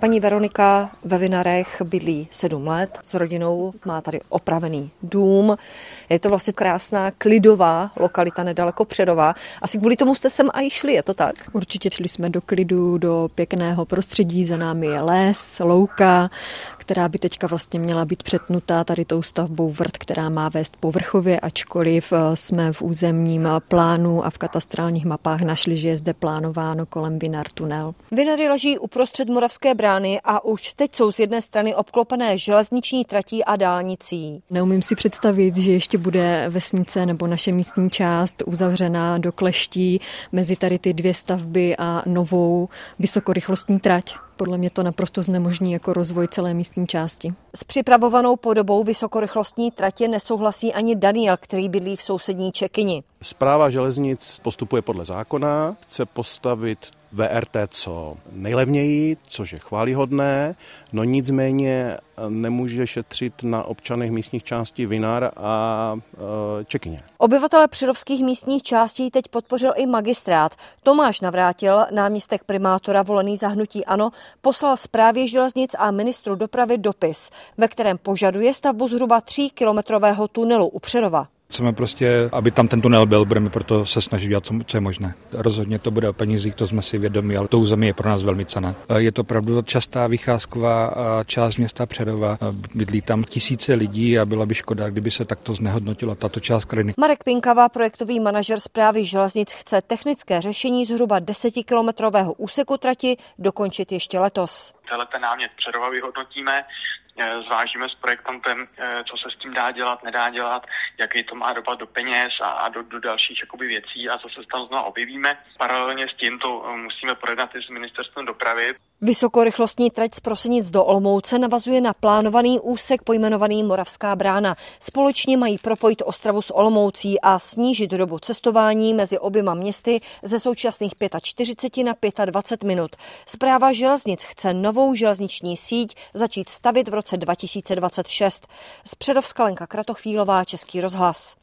Paní Veronika ve Vinarech bydlí 7 let s rodinou, má tady opravený dům. Je to vlastně krásná, klidová lokalita nedaleko Přerova. Asi kvůli tomu jste sem i šli, je to tak? Určitě šli jsme do klidu, do pěkného prostředí, za námi je les, louka, která by teďka vlastně měla být přetnutá tady tou stavbou vrt, která má vést po Vrchově, ačkoliv jsme v územním plánu a v katastrálních mapách našli, že je zde plánováno kolem Vinar tunel. Vinary leží uprostřed Moravské brány a už teď jsou z jedné strany obklopené železniční tratí a dálnicí. Neumím si představit, že ještě bude vesnice nebo naše místní část uzavřená do kleští mezi tady ty 2 stavby a novou vysokorychlostní trať. Podle mě to naprosto znemožní jako rozvoj celé místní části. S připravovanou podobou vysokorychlostní tratě nesouhlasí ani Daniel, který bydlí v sousední Čekyni. Správa železnic postupuje podle zákona, chce postavit VRT co nejlevněji, což je chvályhodné, no nicméně nemůže šetřit na občanech místních částí Vinar a Čekyně. Obyvatele přerovských místních částí teď podpořil i magistrát. Tomáš Navrátil, náměstek primátora volený za hnutí ANO, poslal správě železnic a ministru dopravy dopis, ve kterém požaduje stavbu zhruba 3kilometrového tunelu u Přerova. Chceme prostě, aby tam ten tunel byl, budeme proto se snažit dělat, co je možné. Rozhodně to bude o penězích, to jsme si vědomi, ale tou zemi je pro nás velmi cenná. Je to opravdu častá vycházková část města Přerova. Bydlí tam tisíce lidí a byla by škoda, kdyby se takto znehodnotila tato část krajiny. Marek Pinkava, projektový manažer správy železnic, chce technické řešení zhruba 10kilometrového úseku trati dokončit ještě letos. Ten námět Přerova vyhodnotíme, zvážíme s projektantem, co se s tím dá dělat, nedá dělat, jaký to má dopad do peněz a do dalších jakoby věcí a zase se tam znovu objevíme. Paralelně s tím to musíme projednat i s ministerstvem dopravy. Vysokorychlostní trať z Prosenic do Olomouce navazuje na plánovaný úsek pojmenovaný Moravská brána. Společně mají propojit Ostravu s Olomoucí a snížit dobu cestování mezi oběma městy ze současných 45 na 25 minut. Správa železnic chce novou železniční síť začít stavět v roce 2026. Z Přerovska Lenka Kratochvílová, Český rozhlas.